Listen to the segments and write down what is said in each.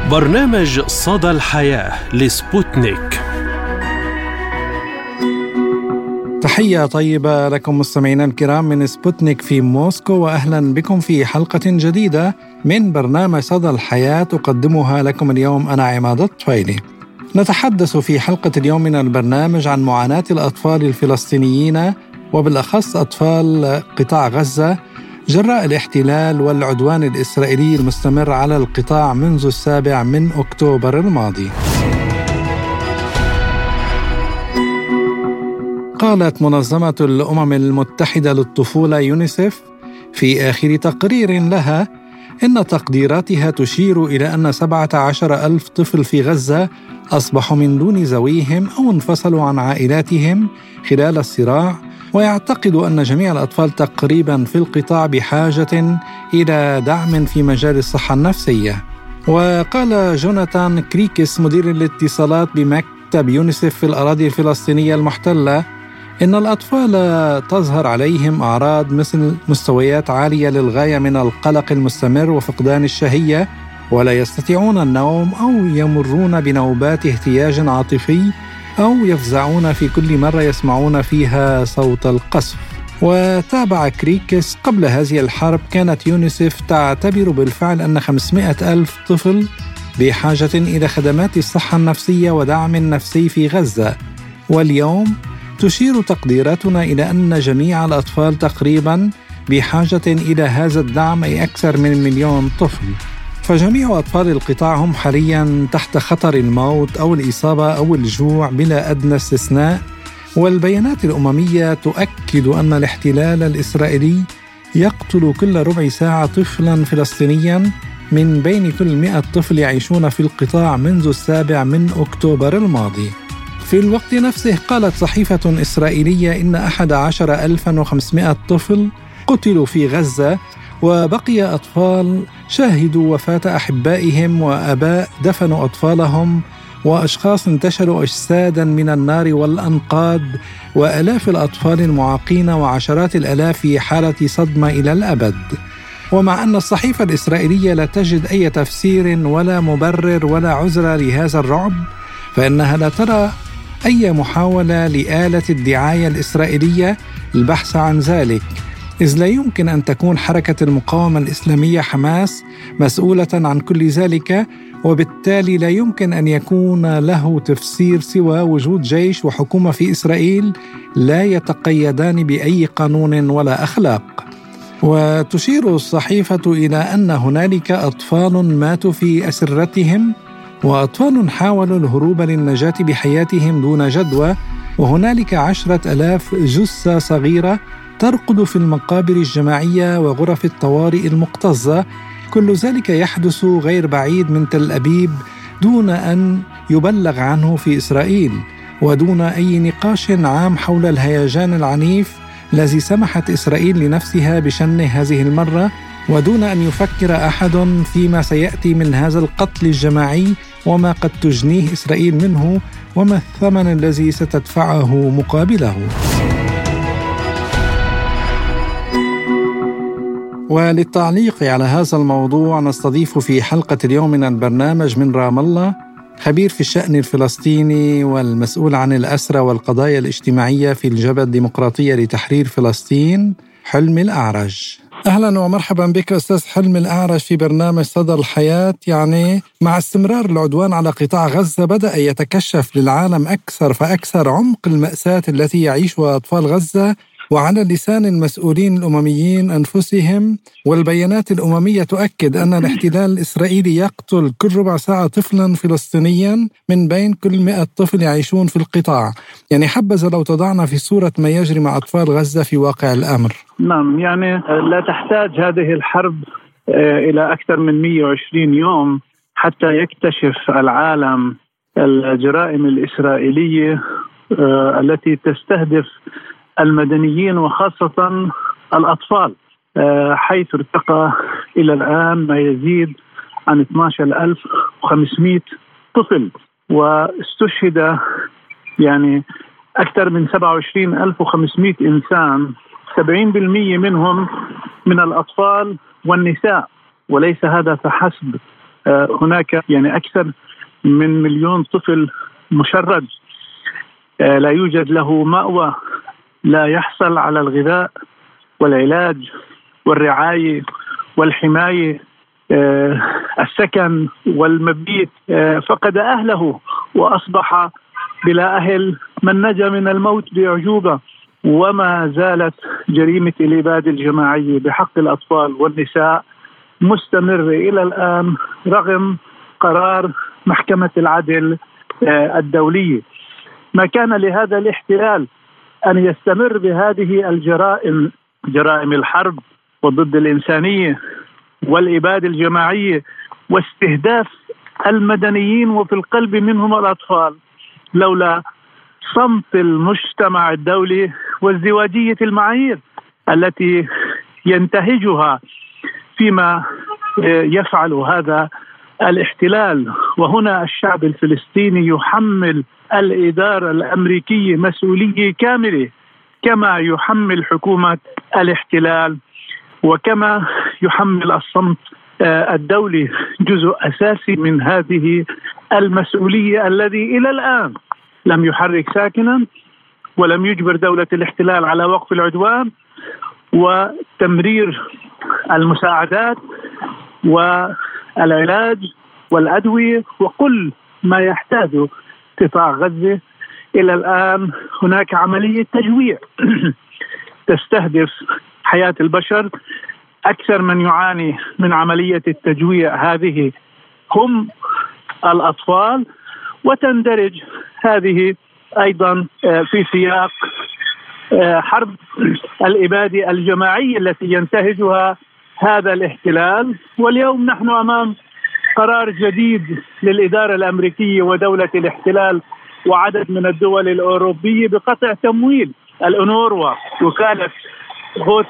برنامج صدى الحياة لسبوتنيك. تحية طيبة لكم مستمعينا الكرام من سبوتنيك في موسكو، وأهلا بكم في حلقة جديدة من برنامج صدى الحياة أقدمها لكم اليوم أنا عماد الطفيلي. نتحدث في حلقة اليوم من البرنامج عن معاناة الأطفال الفلسطينيين، وبالأخص أطفال قطاع غزة، جراء الاحتلال والعدوان الإسرائيلي المستمر على القطاع منذ 7 أكتوبر الماضي. قالت منظمة الأمم المتحدة للطفولة يونيسف في آخر تقرير لها إن تقديراتها تشير إلى أن 17,000 طفل في غزة أصبحوا من دون زويهم أو انفصلوا عن عائلاتهم خلال الصراع، ويعتقد أن جميع الأطفال تقريبا في القطاع بحاجة إلى دعم في مجال الصحة النفسية. وقال جوناثان كريكس مدير الاتصالات بمكتب يونيسف في الأراضي الفلسطينية المحتلة إن الأطفال تظهر عليهم أعراض مثل مستويات عالية للغاية من القلق المستمر وفقدان الشهية، ولا يستطيعون النوم أو يمرون بنوبات اهتياج عاطفي أو يفزعون في كل مرة يسمعون فيها صوت القصف. وتابع كريكس: قبل هذه الحرب كانت يونيسف تعتبر بالفعل أن 500,000 طفل بحاجة إلى خدمات الصحة النفسية ودعم نفسي في غزة، واليوم تشير تقديراتنا إلى أن جميع الأطفال تقريبا بحاجة إلى هذا الدعم، أي أكثر من 1,000,000 طفل. فجميع أطفال القطاع هم حاليا تحت خطر الموت أو الإصابة أو الجوع بلا أدنى استثناء. والبيانات الأممية تؤكد أن الاحتلال الإسرائيلي يقتل كل ربع ساعة طفلا فلسطينيا من بين كل 100 طفل يعيشون في القطاع منذ 7 أكتوبر الماضي. في الوقت نفسه قالت صحيفة إسرائيلية إن 11,500 طفل قتلوا في غزة، وبقي أطفال شاهدوا وفاة أحبائهم وآباء دفنوا أطفالهم، وأشخاص انتشلوا أجسادا من النار والأنقاض، وآلاف الأطفال المعاقين، وعشرات الآلاف في حالة صدمة إلى الأبد. ومع أن الصحيفة الإسرائيلية لا تجد أي تفسير ولا مبرر ولا عذر لهذا الرعب، فإنها لا ترى أي محاولة لآلة الدعاية الإسرائيلية البحث عن ذلك، إذ لا يمكن أن تكون حركة المقاومة الإسلامية حماس مسؤولة عن كل ذلك، وبالتالي لا يمكن أن يكون له تفسير سوى وجود جيش وحكومة في إسرائيل لا يتقيدان بأي قانون ولا أخلاق. وتشير الصحيفة إلى أن هنالك أطفال ماتوا في أسرتهم، وأطفال حاولوا الهروب للنجاة بحياتهم دون جدوى، وهنالك 10,000 جثة صغيرة ترقد في المقابر الجماعية وغرف الطوارئ المكتظة. كل ذلك يحدث غير بعيد من تل أبيب دون أن يبلغ عنه في إسرائيل، ودون أي نقاش عام حول الهيجان العنيف الذي سمحت إسرائيل لنفسها بشنه هذه المرة، ودون أن يفكر أحد فيما سيأتي من هذا القتل الجماعي وما قد تجنيه إسرائيل منه وما الثمن الذي ستدفعه مقابله. وللتعليق على هذا الموضوع نستضيف في حلقة اليوم من البرنامج من رام الله خبير في الشأن الفلسطيني والمسؤول عن الأسرى والقضايا الاجتماعية في الجبهة الديمقراطية لتحرير فلسطين، حلمي الأعرج. أهلا ومرحبا بك أستاذ حلمي الأعرج في برنامج صدى الحياة. يعني مع استمرار العدوان على قطاع غزة بدأ يتكشف للعالم أكثر فأكثر عمق المأساة التي يعيشها أطفال غزة، وعلى لسان المسؤولين الأمميين أنفسهم، والبيانات الأممية تؤكد أن الاحتلال الإسرائيلي يقتل كل ربع ساعة طفلا فلسطينيا من بين كل 100 طفل يعيشون في القطاع. يعني حبذا لو تضعنا في صورة ما يجري مع أطفال غزة في واقع الأمر. نعم، يعني لا تحتاج هذه الحرب إلى أكثر من 120 يوم حتى يكتشف العالم الجرائم الإسرائيلية التي تستهدف المدنيين وخاصة الأطفال، حيث ارتقى إلى الآن ما يزيد عن 12,500 طفل، واستشهد يعني أكثر من 27,500 إنسان، 70% منهم من الأطفال والنساء. وليس هذا فحسب، هناك يعني أكثر من 1,000,000 طفل مشرد، لا يوجد له مأوى، لا يحصل على الغذاء والعلاج والرعاية والحماية، السكن والمبيت، فقد أهله وأصبح بلا أهل. من نجا من الموت بأعجوبة. وما زالت جريمة الإبادة الجماعية بحق الأطفال والنساء مستمرة إلى الآن رغم قرار محكمة العدل الدولية. ما كان لهذا الاحتلال أن يستمر بهذه الجرائم، جرائم الحرب وضد الإنسانية والإبادة الجماعية واستهداف المدنيين وفي القلب منهم الأطفال، لولا صمت المجتمع الدولي وازدواجية المعايير التي ينتهجها فيما يفعل هذا الاحتلال. وهنا الشعب الفلسطيني يحمل الإدارة الأمريكية مسؤولية كاملة، كما يحمل حكومة الاحتلال وكما يحمل الصمت الدولي جزء أساسي من هذه المسؤولية، الذي إلى الآن لم يحرك ساكنا ولم يجبر دولة الاحتلال على وقف العدوان وتمرير المساعدات والعلاج والأدوية وكل ما يحتاجه قطاع غزة. إلى الآن هناك عملية تجويع تستهدف حياة البشر. أكثر من يعاني من عملية التجويع هذه هم الأطفال، وتندرج هذه أيضا في سياق حرب الإبادة الجماعية التي ينتهجها هذا الاحتلال. واليوم نحن أمام قرار جديد للإدارة الأمريكية ودولة الاحتلال وعدد من الدول الأوروبية بقطع تمويل الأونروا، وكالة غوث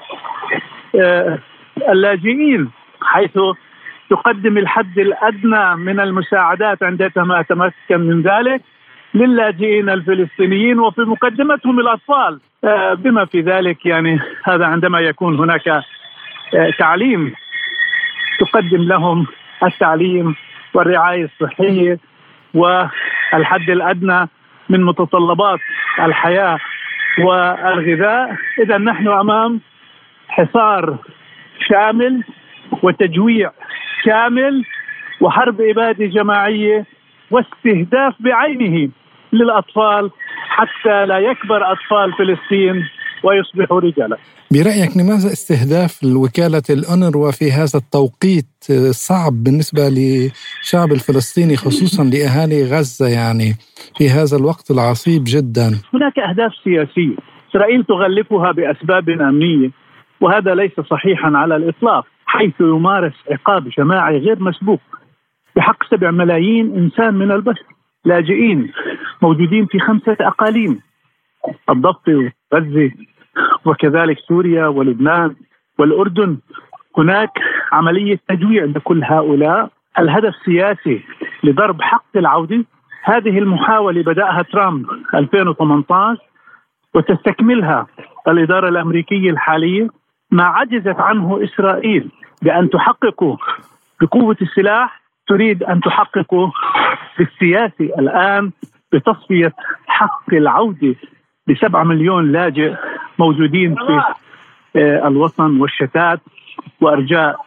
اللاجئين، حيث تقدم الحد الأدنى من المساعدات عندما تمكن من ذلك للاجئين الفلسطينيين وفي مقدمتهم الأطفال، بما في ذلك يعني هذا عندما يكون هناك تعليم تقدم لهم التعليم والرعاية الصحية والحد الأدنى من متطلبات الحياة والغذاء. إذا نحن أمام حصار شامل وتجويع كامل وحرب إبادة جماعية واستهداف بعينه للأطفال حتى لا يكبر أطفال فلسطين ويصبحوا رجالا. برأيك لماذا استهداف وكالة الأونروا في هذا التوقيت صعب بالنسبة للشعب الفلسطيني خصوصا لأهالي غزة يعني في هذا الوقت العصيب جدا؟ هناك أهداف سياسية إسرائيل تغلفها بأسباب أمنية، وهذا ليس صحيحا على الإطلاق، حيث يمارس عقاب جماعي غير مسبوق بحق 7 ملايين إنسان من البشر لاجئين موجودين في 5 أقاليم: الضفة وغزة وكذلك سوريا ولبنان والأردن. هناك عملية تجويع لكل هؤلاء. الهدف سياسي لضرب حق العودة. هذه المحاولة بدأها ترامب 2018 وتستكملها الإدارة الأمريكية الحالية. ما عجزت عنه إسرائيل بأن تحققه بقوة السلاح تريد أن تحققه بالسياسي الآن بتصفية حق العودة ب7 مليون لاجئ موجودين في الوطن والشتات وأرجاء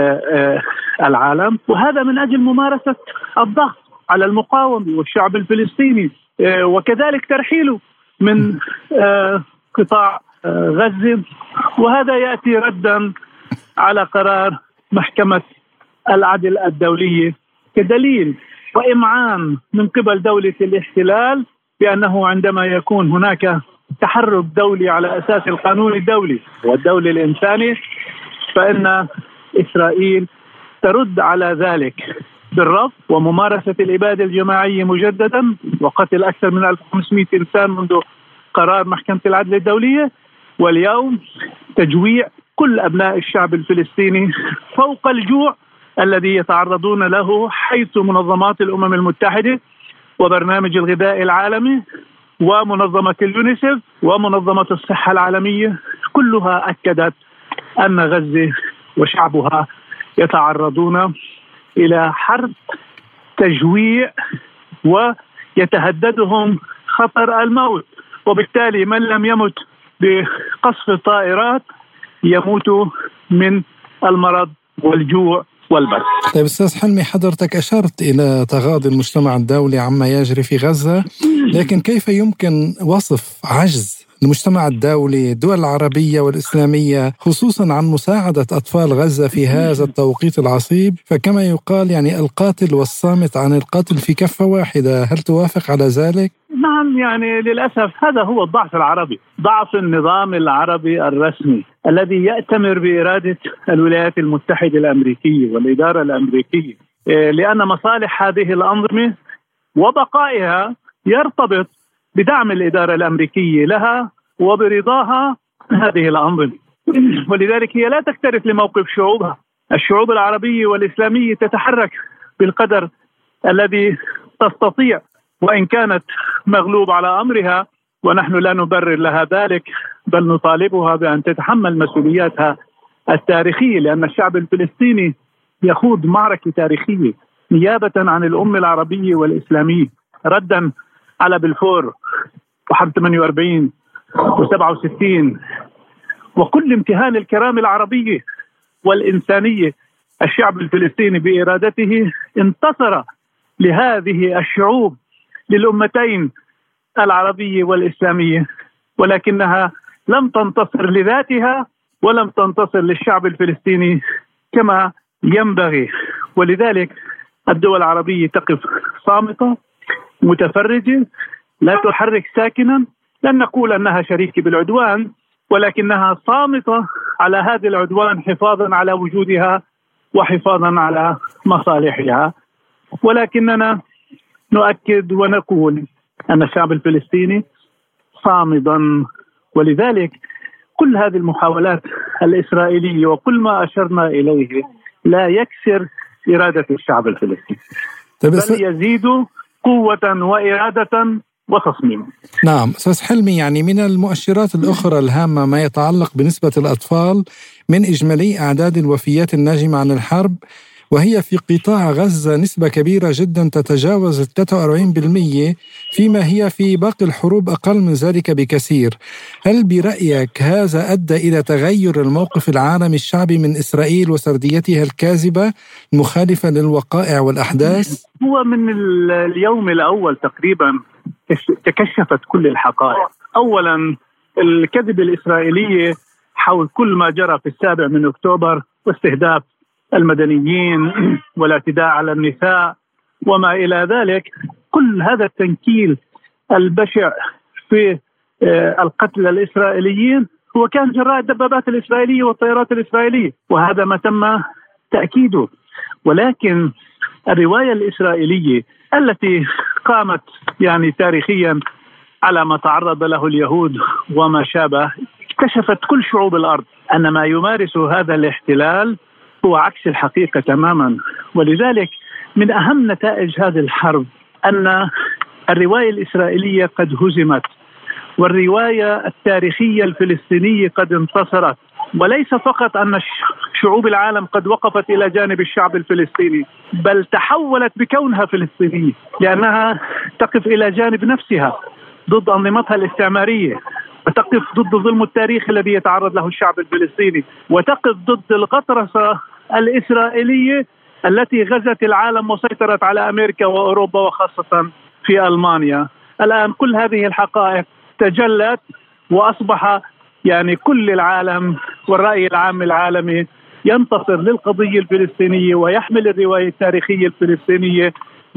العالم، وهذا من أجل ممارسة الضغط على المقاومة والشعب الفلسطيني وكذلك ترحيله من قطاع غزة. وهذا يأتي ردا على قرار محكمة العدل الدولية كدليل وإمعان من قبل دولة الاحتلال بأنه عندما يكون هناك تحرك دولي على أساس القانون الدولي والدولة الإنساني فإن إسرائيل ترد على ذلك بالرفض وممارسة الإبادة الجماعية مجددا وقتل أكثر من 1500 إنسان منذ قرار محكمة العدل الدولية، واليوم تجويع كل أبناء الشعب الفلسطيني فوق الجوع الذي يتعرضون له، حيث منظمات الأمم المتحدة وبرنامج الغذاء العالمي ومنظمة اليونيسف ومنظمة الصحة العالمية كلها أكدت أن غزة وشعبها يتعرضون إلى حرب تجويع ويتهددهم خطر الموت، وبالتالي من لم يمت بقصف الطائرات يموت من المرض والجوع والبرد. طيب أستاذ حلمي، حضرتك أشرت إلى تغاضي المجتمع الدولي عما يجري في غزة، لكن كيف يمكن وصف عجز المجتمع الدولي الدول العربية والإسلامية خصوصا عن مساعدة أطفال غزة في هذا التوقيت العصيب؟ فكما يقال يعني القاتل والصامت عن القاتل في كفة واحدة، هل توافق على ذلك؟ نعم، يعني للأسف هذا هو الضعف العربي، ضعف النظام العربي الرسمي الذي يأتمر بإرادة الولايات المتحدة الأمريكية والإدارة الأمريكية، لأن مصالح هذه الأنظمة وبقائها يرتبط بدعم الإدارة الأمريكية لها وبرضاها هذه الأنظمة، ولذلك هي لا تكترث لموقف شعوبها. الشعوب العربية والإسلامية تتحرك بالقدر الذي تستطيع، وإن كانت مغلوب على أمرها، ونحن لا نبرر لها ذلك، بل نطالبها بأن تتحمل مسؤولياتها التاريخية، لأن الشعب الفلسطيني يخوض معركة تاريخية نيابة عن الأمة العربية والإسلامية، ردا على بلفور وحرب 48 و67 وكل امتهان الكرامة العربية والإنسانية. الشعب الفلسطيني بإرادته انتصر لهذه الشعوب، للأمتين العربية والإسلامية، ولكنها لم تنتصر لذاتها ولم تنتصر للشعب الفلسطيني كما ينبغي. ولذلك الدول العربية تقف صامتة متفرجة، لا تحرك ساكنا، لن نقول أنها شريكة بالعدوان، ولكنها صامتة على هذا العدوان حفاظا على وجودها وحفاظا على مصالحها. ولكننا نؤكد ونقول أن الشعب الفلسطيني صامدا، ولذلك كل هذه المحاولات الإسرائيلية وكل ما أشرنا إليه لا يكسر إرادة الشعب الفلسطيني، بل يزيد قوة وإرادة وتصميم. نعم أستاذ حلمي، يعني من المؤشرات الأخرى الهامة ما يتعلق بنسبة الأطفال من إجمالي أعداد الوفيات الناجمة عن الحرب، وهي في قطاع غزة نسبة كبيرة جدا تتجاوز 43%، فيما هي في باقي الحروب أقل من ذلك بكثير. هل برأيك هذا أدى إلى تغير الموقف العالمي الشعبي من إسرائيل وسرديتها الكاذبة المخالفة للوقائع والأحداث؟ هو من اليوم الأول تقريبا تكشفت كل الحقائق. أولا الكذب الإسرائيلية حول كل ما جرى في 7 أكتوبر واستهداف المدنيين والاعتداء على النساء وما إلى ذلك، كل هذا التنكيل البشع في القتل الإسرائيليين هو كان جراء الدبابات الإسرائيلية والطائرات الإسرائيلية، وهذا ما تم تأكيده. ولكن الرواية الإسرائيلية التي قامت يعني تاريخيا على ما تعرض له اليهود وما شابه، اكتشفت كل شعوب الأرض أن ما يمارس هذا الاحتلال هو عكس الحقيقة تماما. ولذلك من أهم نتائج هذه الحرب أن الرواية الإسرائيلية قد هزمت، والرواية التاريخية الفلسطينية قد انتصرت، وليس فقط أن شعوب العالم قد وقفت إلى جانب الشعب الفلسطيني، بل تحولت بكونها فلسطينية، لأنها تقف إلى جانب نفسها ضد أنظمتها الاستعمارية، وتقف ضد الظلم التاريخي الذي يتعرض له الشعب الفلسطيني، وتقف ضد الغطرسة الإسرائيلية التي غزت العالم وسيطرت على أمريكا وأوروبا وخاصة في ألمانيا. الآن كل هذه الحقائق تجلت، وأصبح يعني كل العالم والرأي العام العالمي ينتصر للقضية الفلسطينية ويحمل الرواية التاريخية الفلسطينية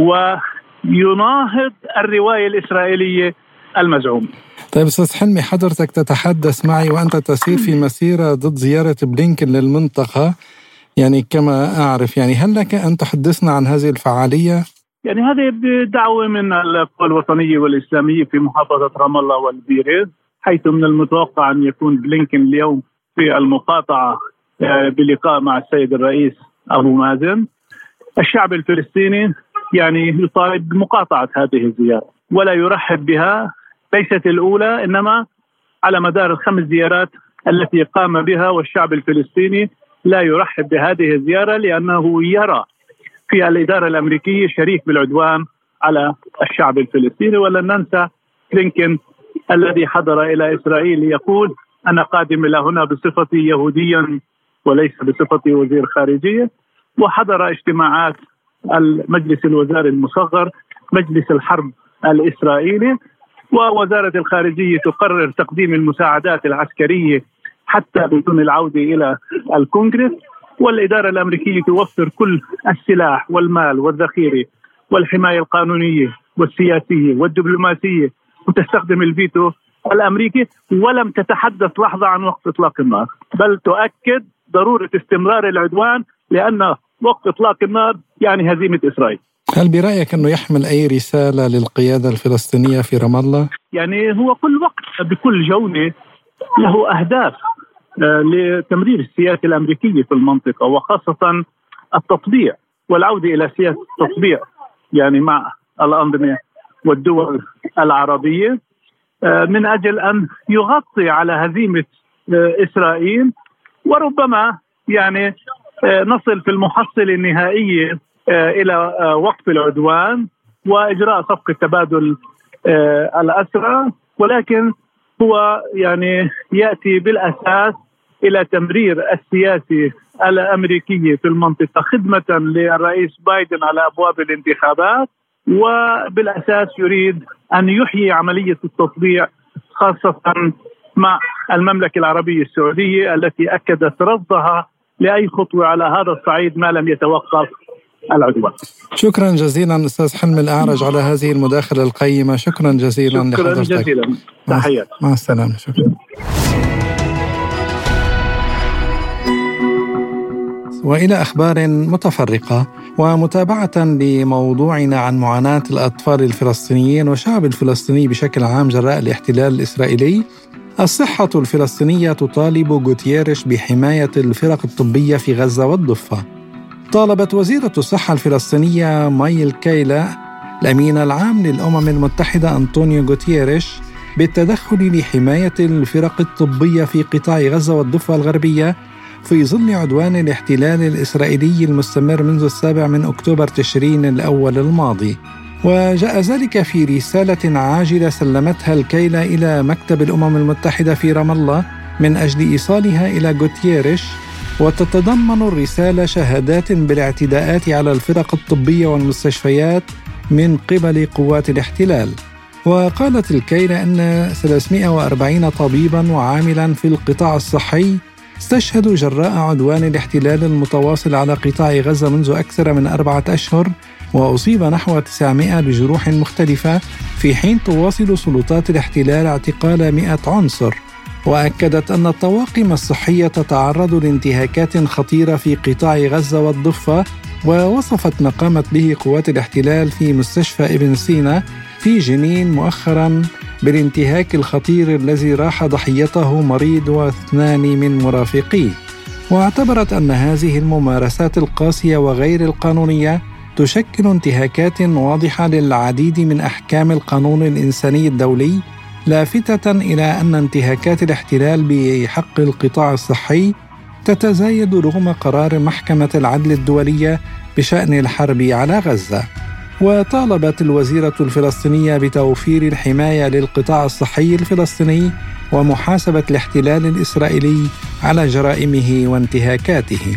ويناهض الرواية الإسرائيلية المزعومة. طيب أستاذ حلمي، حضرتك تتحدث معي وأنت تسير في مسيرة ضد زيارة بلينكن للمنطقة، يعني كما أعرف، يعني هل لك أن تحدثنا عن هذه الفعالية؟ يعني هذه بدعوة من القوى الوطنية والإسلامية في محافظة رام الله والبيرة، حيث من المتوقع أن يكون بلينكن اليوم في المقاطعة بلقاء مع السيد الرئيس أبو مازن. الشعب الفلسطيني يعني يطالب بمقاطعة هذه الزيارة ولا يرحب بها، ليست الأولى إنما على مدار ال5 زيارات التي قام بها، والشعب الفلسطيني لا يرحب بهذه الزيارة لأنه يرى في الإدارة الأمريكية شريك بالعدوان على الشعب الفلسطيني. ولن ننسى بلينكن الذي حضر إلى إسرائيل يقول أنا قادم إلى هنا بصفتي يهوديا وليس بصفتي وزير خارجية، وحضر اجتماعات المجلس الوزاري المصغر مجلس الحرب الإسرائيلي، ووزارة الخارجية تقرر تقديم المساعدات العسكرية حتى بدون العودة إلى الكونغرس، والإدارة الأمريكية توفر كل السلاح والمال والذخيرة والحماية القانونية والسياسية والدبلوماسية، وتستخدم الفيتو الأمريكي، ولم تتحدث لحظة عن وقف إطلاق النار، بل تؤكد ضرورة استمرار العدوان لأن وقف إطلاق النار يعني هزيمة إسرائيل. هل برأيك أنه يحمل أي رسالة للقيادة الفلسطينية في رام الله؟ يعني هو كل وقت بكل جولة له أهداف لتمرير السياسة الأمريكية في المنطقة، وخاصة التطبيع والعودة إلى سياسة التطبيع يعني مع الأنظمة والدول العربية من أجل أن يغطي على هزيمة إسرائيل، وربما يعني نصل في المحصلة النهائية إلى وقف العدوان وإجراء صفقة تبادل الأسرى، ولكن هو يعني يأتي بالأساس إلى تمرير السياسة الأمريكية في المنطقة خدمة للرئيس بايدن على أبواب الانتخابات، وبالأساس يريد أن يحيي عملية التطبيع خاصة مع المملكة العربية السعودية التي أكدت رفضها لأي خطوة على هذا الصعيد ما لم يتوقف العدوان. شكرا جزيلا أستاذ حلمي الأعرج على هذه المداخلة القيمة. شكرا جزيلا لحضرتك. شكرا جزيلا. تحيات. مع السلامة. شكرا. وإلى أخبار متفرقة ومتابعة لموضوعنا عن معاناة الأطفال الفلسطينيين والشعب الفلسطيني بشكل عام جراء الاحتلال الإسرائيلي، الصحة الفلسطينية تطالب غوتييريش بحماية الفرق الطبية في غزة والضفة. طالبت وزيرة الصحة الفلسطينية مايل كايلا الأمين العام للأمم المتحدة أنطونيو غوتييريش بالتدخل لحماية الفرق الطبية في قطاع غزة والضفة الغربية في ظل عدوان الاحتلال الإسرائيلي المستمر منذ 7 أكتوبر تشرين الأول الماضي. وجاء ذلك في رسالة عاجلة سلمتها الكيلة إلى مكتب الأمم المتحدة في رام الله من أجل إيصالها إلى غوتييريش، وتتضمن الرسالة شهادات بالاعتداءات على الفرق الطبية والمستشفيات من قبل قوات الاحتلال. وقالت الكيلة أن 340 طبيباً وعاملاً في القطاع الصحي استشهدوا جراء عدوان الاحتلال المتواصل على قطاع غزة منذ أكثر من 4 أشهر، وأصيب نحو 900 بجروح مختلفة، في حين تواصل سلطات الاحتلال اعتقال 100 عنصر. وأكدت أن الطواقم الصحية تتعرض لانتهاكات خطيرة في قطاع غزة والضفة، ووصفت ما قامت به قوات الاحتلال في مستشفى ابن سينا في جنين مؤخرا بالانتهاك الخطير الذي راح ضحيته مريض و2 من مرافقيه. واعتبرت أن هذه الممارسات القاسية وغير القانونية تشكل انتهاكات واضحة للعديد من أحكام القانون الإنساني الدولي، لافتة إلى أن انتهاكات الاحتلال بحق القطاع الصحي تتزايد رغم قرار محكمة العدل الدولية بشأن الحرب على غزة. وطالبت الوزيرة الفلسطينية بتوفير الحماية للقطاع الصحي الفلسطيني ومحاسبة الاحتلال الإسرائيلي على جرائمه وانتهاكاته.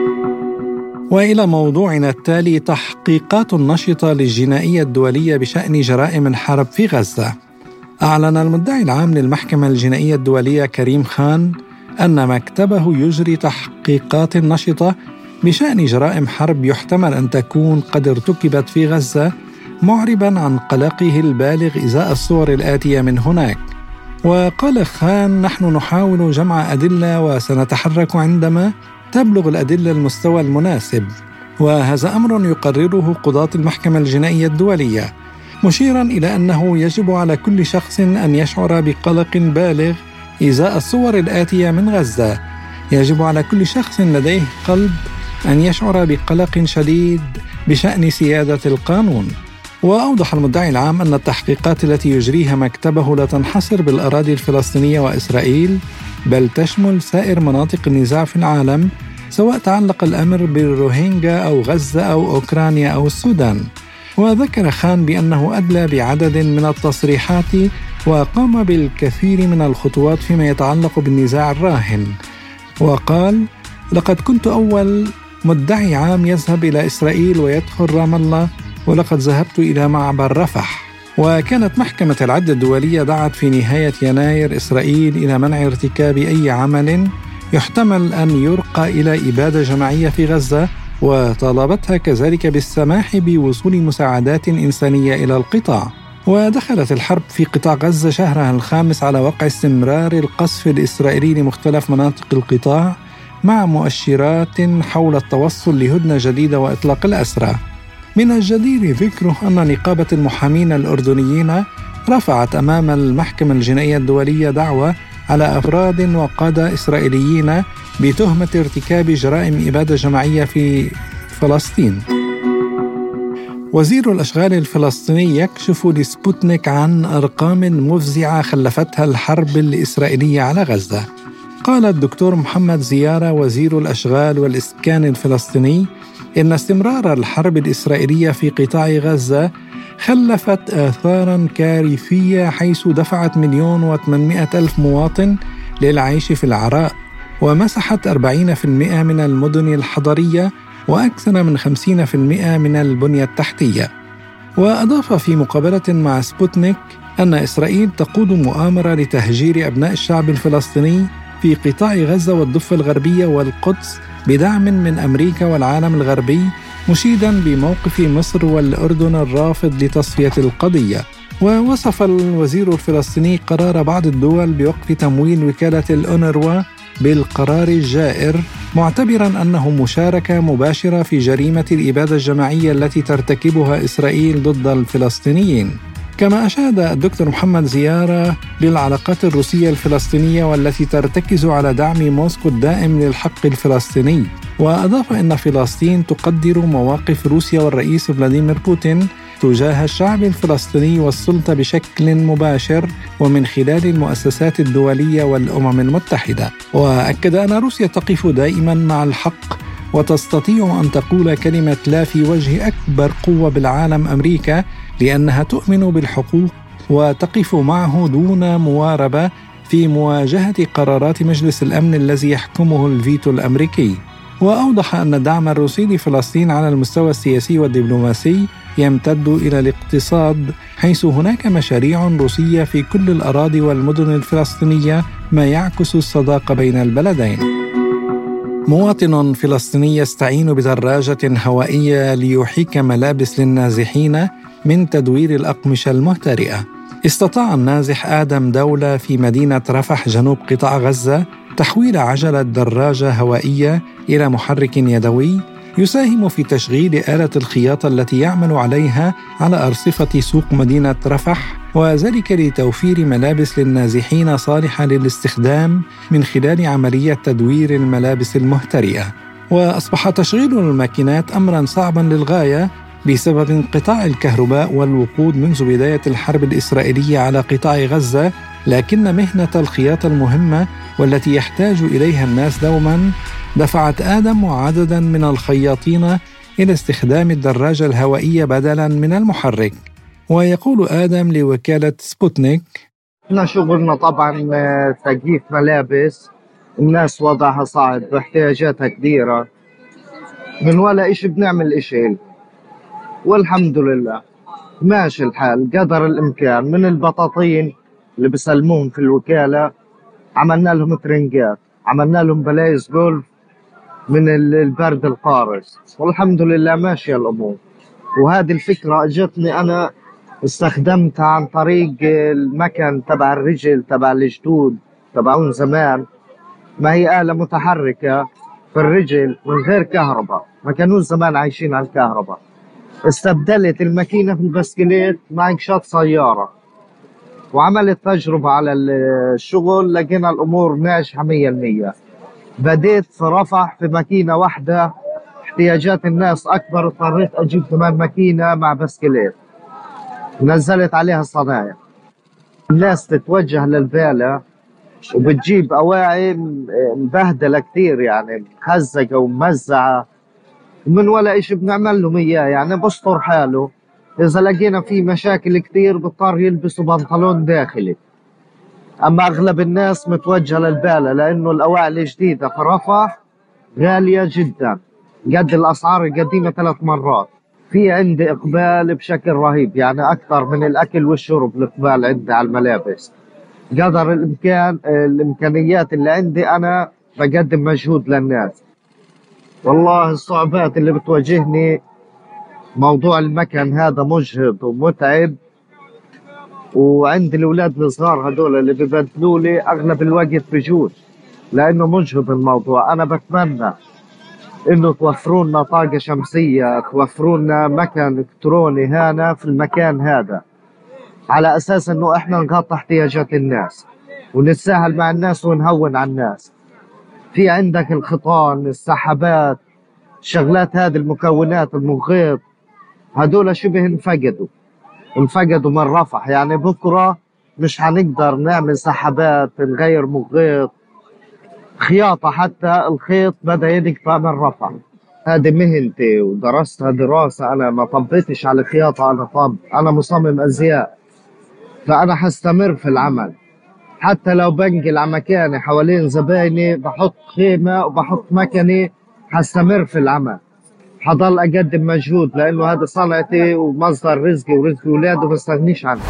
وإلى موضوعنا التالي، تحقيقات نشطة للجنائية الدولية بشأن جرائم الحرب في غزة. أعلن المدعي العام للمحكمة الجنائية الدولية كريم خان أن مكتبه يجري تحقيقات نشطة بشأن جرائم حرب يحتمل أن تكون قد ارتكبت في غزة، معرباً عن قلقه البالغ إزاء الصور الآتية من هناك. وقال خان: نحن نحاول جمع أدلة وسنتحرك عندما تبلغ الأدلة المستوى المناسب، وهذا أمر يقرره قضاة المحكمة الجنائية الدولية، مشيراً إلى أنه يجب على كل شخص أن يشعر بقلق بالغ إزاء الصور الآتية من غزة. يجب على كل شخص لديه قلب أن يشعر بقلق شديد بشأن سيادة القانون. وأوضح المدعي العام أن التحقيقات التي يجريها مكتبه لا تنحصر بالأراضي الفلسطينية وإسرائيل، بل تشمل سائر مناطق النزاع في العالم، سواء تعلق الأمر بالروهينجا أو غزة أو أوكرانيا أو السودان. وذكر خان بأنه أدلى بعدد من التصريحات وقام بالكثير من الخطوات فيما يتعلق بالنزاع الراهن، وقال: لقد كنت أول مدعي عام يذهب إلى إسرائيل ويدخل رام الله، ولقد ذهبت إلى معبر رفح. وكانت محكمة العدل الدولية دعت في نهاية يناير إسرائيل إلى منع ارتكاب أي عمل يحتمل أن يرقى إلى إبادة جماعية في غزة، وطالبتها كذلك بالسماح بوصول مساعدات إنسانية إلى القطاع. ودخلت الحرب في قطاع غزة شهرها الخامس على وقع استمرار القصف الإسرائيلي لمختلف مناطق القطاع، مع مؤشرات حول التوصل لهدنة جديدة وإطلاق الأسرى. من الجدير ذكره أن نقابة المحامين الأردنيين رفعت أمام المحكمة الجنائية الدولية دعوى على أفراد وقادة إسرائيليين بتهمة ارتكاب جرائم إبادة جماعية في فلسطين. وزير الأشغال الفلسطيني يكشف لسبوتنيك عن أرقام مفزعة خلفتها الحرب الإسرائيلية على غزة. قال الدكتور محمد زيارة وزير الأشغال والإسكان الفلسطيني إن استمرار الحرب الإسرائيلية في قطاع غزة خلفت آثاراً كارثية، حيث دفعت 1,800,000 مواطن للعيش في العراء، ومسحت 40% من المدن الحضرية وأكثر من 50% من البنية التحتية. وأضاف في مقابلة مع سبوتنيك أن إسرائيل تقود مؤامرة لتهجير أبناء الشعب الفلسطيني في قطاع غزة والضفة الغربية والقدس بدعم من أمريكا والعالم الغربي، مشيداً بموقف مصر والأردن الرافض لتصفية القضية. ووصف الوزير الفلسطيني قرار بعض الدول بوقف تمويل وكالة الأونروا بالقرار الجائر، معتبراً أنه مشاركة مباشرة في جريمة الإبادة الجماعية التي ترتكبها إسرائيل ضد الفلسطينيين. كما أشاد الدكتور محمد زيارة بالعلاقات الروسية الفلسطينية والتي ترتكز على دعم موسكو الدائم للحق الفلسطيني، وأضاف أن فلسطين تقدر مواقف روسيا والرئيس فلاديمير بوتين تجاه الشعب الفلسطيني والسلطة بشكل مباشر ومن خلال المؤسسات الدولية والأمم المتحدة. وأكد أن روسيا تقف دائما مع الحق وتستطيع أن تقول كلمة لا في وجه أكبر قوة بالعالم أمريكا، لأنها تؤمن بالحقوق وتقف معه دون مواربة في مواجهة قرارات مجلس الأمن الذي يحكمه الفيتو الأمريكي. وأوضح أن الدعم الروسي لفلسطين على المستوى السياسي والدبلوماسي يمتد إلى الاقتصاد، حيث هناك مشاريع روسية في كل الأراضي والمدن الفلسطينية، ما يعكس الصداقة بين البلدين. مواطن فلسطيني يستعين بدراجة هوائية ليحيك ملابس للنازحين من تدوير الأقمشة المهترئة. استطاع النازح آدم دولة في مدينة رفح جنوب قطاع غزة تحويل عجلة دراجة هوائية إلى محرك يدوي يساهم في تشغيل آلة الخياطة التي يعمل عليها على أرصفة سوق مدينة رفح، وذلك لتوفير ملابس للنازحين صالحة للاستخدام من خلال عملية تدوير الملابس المهترئة. وأصبح تشغيل الماكينات أمراً صعباً للغاية بسبب انقطاع الكهرباء والوقود منذ بداية الحرب الإسرائيلية على قطاع غزة، لكن مهنة الخياطة المهمة والتي يحتاج إليها الناس دوما دفعت آدم وعددا من الخياطين إلى استخدام الدراجة الهوائية بدلا من المحرك. ويقول آدم لوكالة سبوتنيك: احنا شغلنا طبعا تجهيز ملابس، الناس وضعها صعب واحتياجاتها كبيرة، من ولا إشي بنعمل إشي، والحمد لله ماشي الحال قدر الإمكان. من البطاطين اللي بسلموهم في الوكالة عملنا لهم ترنجات، عملنا لهم بلايز جولف من البرد القارس، والحمد لله ماشية الأمور. وهذه الفكرة أجتني أنا استخدمتها عن طريق المكن تبع الرجل تبع الجدود تبعون زمان، ما هي آلة متحركة في الرجل من غير كهرباء، ما كانوا زمان عايشين على الكهرباء. استبدلت الماكينة في البسكليت مع إنشاط سيارة، وعملت تجربة على الشغل، لقينا الأمور ناجحة 100%. بديت في رفح في ماكينة واحدة، احتياجات الناس أكبر، اضطريت أجيب كمان ماكينة مع بسكليت نزلت عليها صنايع. الناس تتوجه للبالة وبتجيب أواعي مبهدلة كتير، يعني مخزقة وممزعة، من ولا إشي بنعمل لهم إياه، يعني بسطر حاله. إذا لقينا فيه مشاكل كتير بضطر يلبسوا بنطلون داخلي. أما أغلب الناس متوجهة للبالة، لأنه الأواعي الجديدة في رفح غالية جدا، قد الأسعار القديمة 3 مرات. في عندي إقبال بشكل رهيب، يعني أكثر من الأكل والشرب الإقبال عندي على الملابس. قدر الإمكان الإمكانيات اللي عندي أنا بقدم مجهود للناس. والله الصعوبات اللي بتواجهني، موضوع المكن هذا مجهد ومتعب، وعندي الأولاد الصغار هذول اللي ببدلوا لي أغلب الوقت بجوز، لأنه مجهد الموضوع. أنا بتمنى إنه توفروا لنا طاقة شمسية، توفروا لنا مكن إلكتروني هنا في المكان هذا، على أساس إنه إحنا نغطي احتياجات الناس ونتساهل مع الناس ونهون على الناس. في عندك الخطان، السحابات، الشغلات هذه، المكونات، المغيط، هدول شبه انفقدوا من رفح. يعني بكرة مش هنقدر نعمل سحابات، نغير مغيط، خياطة، حتى الخيط بدأ يقطع من رفح. هذه مهنتي ودرستها دراسة، أنا ما طبيتش على خياطة، أنا مصمم أزياء، فأنا حستمر في العمل. حتى لو بنقل على مكاني حوالين زبايني، بحط خيمة وبحط مكني، حستمر في العمل، حضل أقدم مجهود، لأنه هذا صنعتي ومصدر رزقي ورزق أولادي ما استغنيش عنه.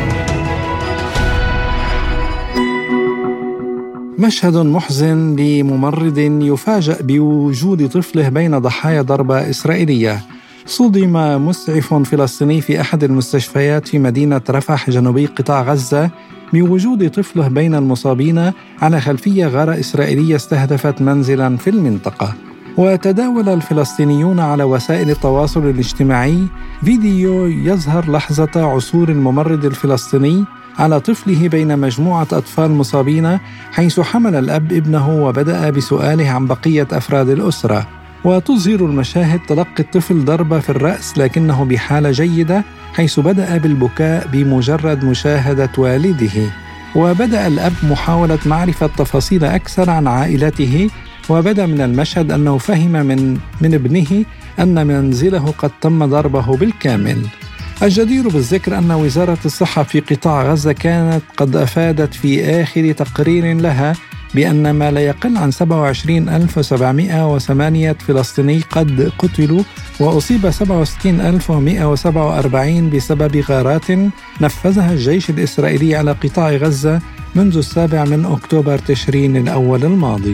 مشهد محزن لممرض يفاجأ بوجود طفله بين ضحايا ضربة إسرائيلية. صدم مسعف فلسطيني في أحد المستشفيات في مدينة رفح جنوبي قطاع غزة بوجود طفله بين المصابين على خلفية غارة إسرائيلية استهدفت منزلاً في المنطقة. وتداول الفلسطينيون على وسائل التواصل الاجتماعي فيديو يظهر لحظة عثور الممرض الفلسطيني على طفله بين مجموعة أطفال مصابين، حيث حمل الأب ابنه وبدأ بسؤاله عن بقية أفراد الأسرة. وتظهر المشاهد تلقي الطفل ضربة في الرأس لكنه بحالة جيدة، حيث بدأ بالبكاء بمجرد مشاهدة والده. وبدأ الأب محاولة معرفة تفاصيل أكثر عن عائلته، وبدأ من المشهد أنه فهم من ابنه أن منزله قد تم ضربه بالكامل. الجدير بالذكر أن وزارة الصحة في قطاع غزة كانت قد أفادت في آخر تقرير لها بأن ما لا يقل عن 27,708 فلسطيني قد قتلوا، وأصيب 67,147 بسبب غارات نفذها الجيش الإسرائيلي على قطاع غزة منذ 7 أكتوبر تشرين الأول الماضي.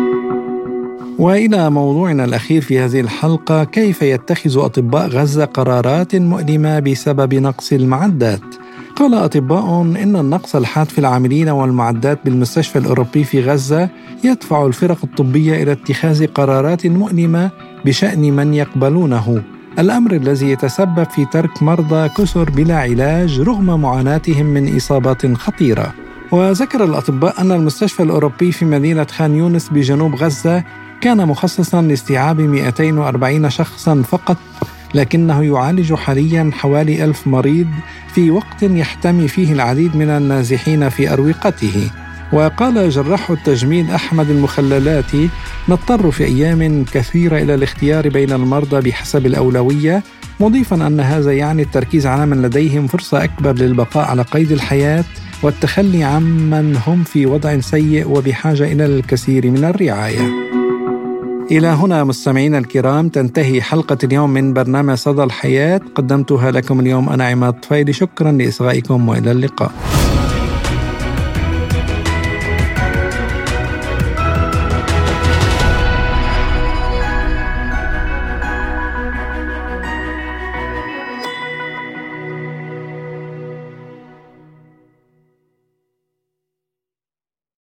وإلى موضوعنا الأخير في هذه الحلقة: كيف يتخذ أطباء غزة قرارات مؤلمة بسبب نقص المعدات؟ قال أطباء إن النقص الحاد في العاملين والمعدات بالمستشفى الأوروبي في غزة يدفع الفرق الطبية إلى اتخاذ قرارات مؤلمة بشأن من يقبلونه، الأمر الذي يتسبب في ترك مرضى كثر بلا علاج رغم معاناتهم من إصابات خطيرة. وذكر الأطباء أن المستشفى الأوروبي في مدينة خان يونس بجنوب غزة كان مخصصاً لاستيعاب 240 شخصاً فقط، لكنه يعالج حالياً حوالي 1000 مريض في وقت يحتمي فيه العديد من النازحين في أروقته. وقال جراح التجميل أحمد المخللاتي: نضطر في أيام كثيرة إلى الاختيار بين المرضى بحسب الأولوية، مضيفاً أن هذا يعني التركيز على من لديهم فرصة أكبر للبقاء على قيد الحياة والتخلي عمن هم في وضع سيء وبحاجة إلى الكثير من الرعاية. إلى هنا مستمعينا الكرام تنتهي حلقة اليوم من برنامج صدى الحياة، قدمتها لكم اليوم أنا عماد طفيلي. شكرا لإصغائكم وإلى اللقاء.